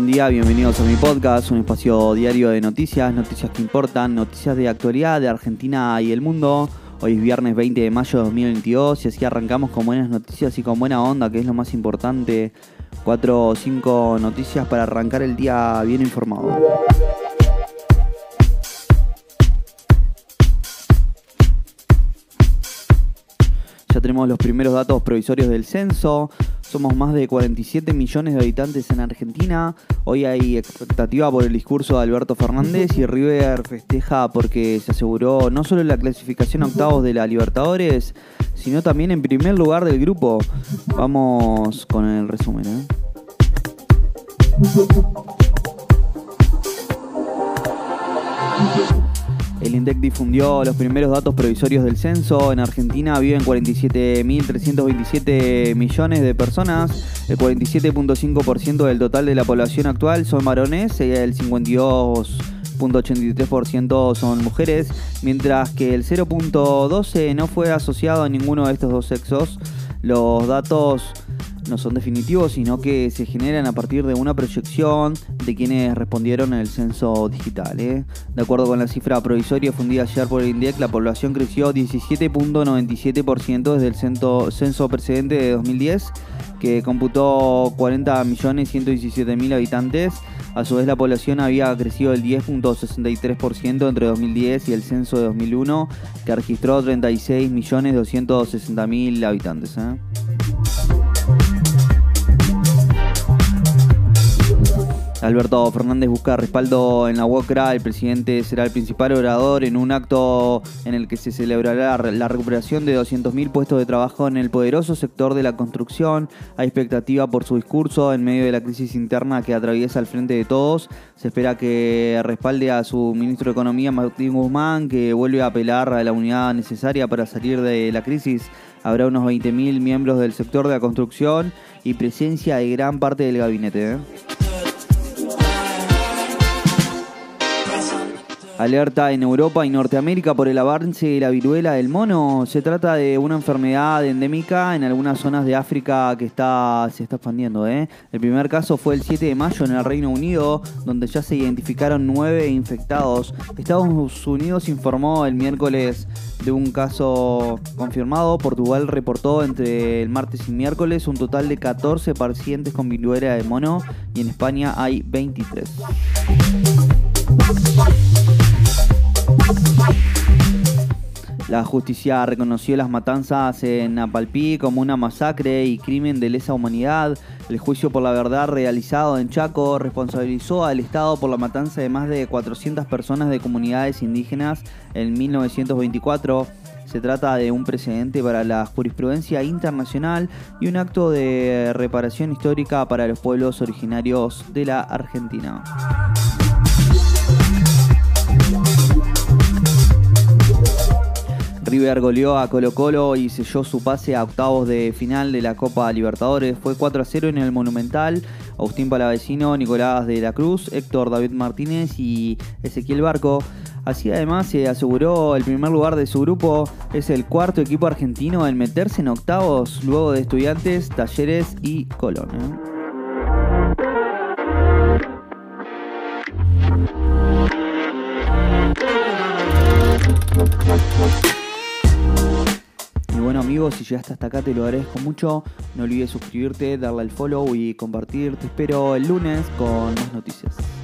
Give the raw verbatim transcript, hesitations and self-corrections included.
buen día, bienvenidos a mi podcast, un espacio diario de noticias, noticias que importan, noticias de actualidad de Argentina y el mundo. Hoy es viernes veinte de mayo de dos mil veintidós y así arrancamos con buenas noticias y con buena onda, que es lo más importante. Cuatro o cinco noticias para arrancar el día bien informado. Ya tenemos los primeros datos provisorios del censo. Somos más de cuarenta y siete millones de habitantes en Argentina. Hoy hay expectativa por el discurso de Alberto Fernández y River festeja porque se aseguró no solo la clasificación a octavos de la Libertadores, sino también en primer lugar del grupo. Vamos con el resumen, ¿eh? El INDEC difundió los primeros datos provisorios del censo. En Argentina viven cuarenta y siete mil trescientos veintisiete millones de personas. El cuarenta y siete punto cinco por ciento del total de la población actual son varones y el cincuenta y dos punto ochenta y tres por ciento son mujeres, mientras que el cero punto doce por ciento no fue asociado a ninguno de estos dos sexos. Los datos no son definitivos, sino que se generan a partir de una proyección de quienes respondieron en el censo digital, ¿eh? De acuerdo con la cifra provisoria fundida ayer por el INDEC, la población creció diecisiete punto noventa y siete por ciento desde el censo, censo precedente de dos mil diez, que computó cuarenta millones ciento diecisiete mil habitantes. A su vez, la población había crecido el diez punto sesenta y tres por ciento entre dos mil diez y el censo de dos mil uno, que registró treinta y seis millones doscientos sesenta mil habitantes, ¿eh? Alberto Fernández busca respaldo en la UOCRA. El presidente será el principal orador en un acto en el que se celebrará la recuperación de doscientos mil puestos de trabajo en el poderoso sector de la construcción. Hay expectativa por su discurso en medio de la crisis interna que atraviesa el Frente de Todos. Se espera que respalde a su ministro de Economía, Martín Guzmán, que vuelve a apelar a la unidad necesaria para salir de la crisis. Habrá unos veinte mil miembros del sector de la construcción y presencia de gran parte del gabinete, ¿eh? Alerta en Europa y Norteamérica por el avance de la viruela del mono. Se trata de una enfermedad endémica en algunas zonas de África que está, se está expandiendo, ¿eh? El primer caso fue el siete de mayo en el Reino Unido, donde ya se identificaron nueve infectados. Estados Unidos informó el miércoles de un caso confirmado. Portugal reportó entre el martes y miércoles un total de catorce pacientes con viruela del mono y en España hay veintitrés. La justicia reconoció las matanzas en Napalpí como una masacre y crimen de lesa humanidad. El juicio por la verdad realizado en Chaco responsabilizó al Estado por la matanza de más de cuatrocientas personas de comunidades indígenas en mil novecientos veinticuatro. Se trata de un precedente para la jurisprudencia internacional y un acto de reparación histórica para los pueblos originarios de la Argentina. River goleó a Colo-Colo y selló su pase a octavos de final de la Copa Libertadores. Fue cuatro a cero en el Monumental. Agustín Palavecino, Nicolás de la Cruz, Héctor David Martínez y Ezequiel Barco. Así además se aseguró el primer lugar de su grupo. Es el cuarto equipo argentino en meterse en octavos luego de Estudiantes, Talleres y Colón, ¿eh? Bueno amigos, si llegaste hasta acá te lo agradezco mucho. No olvides suscribirte, darle al follow y compartir. Te espero el lunes con más noticias.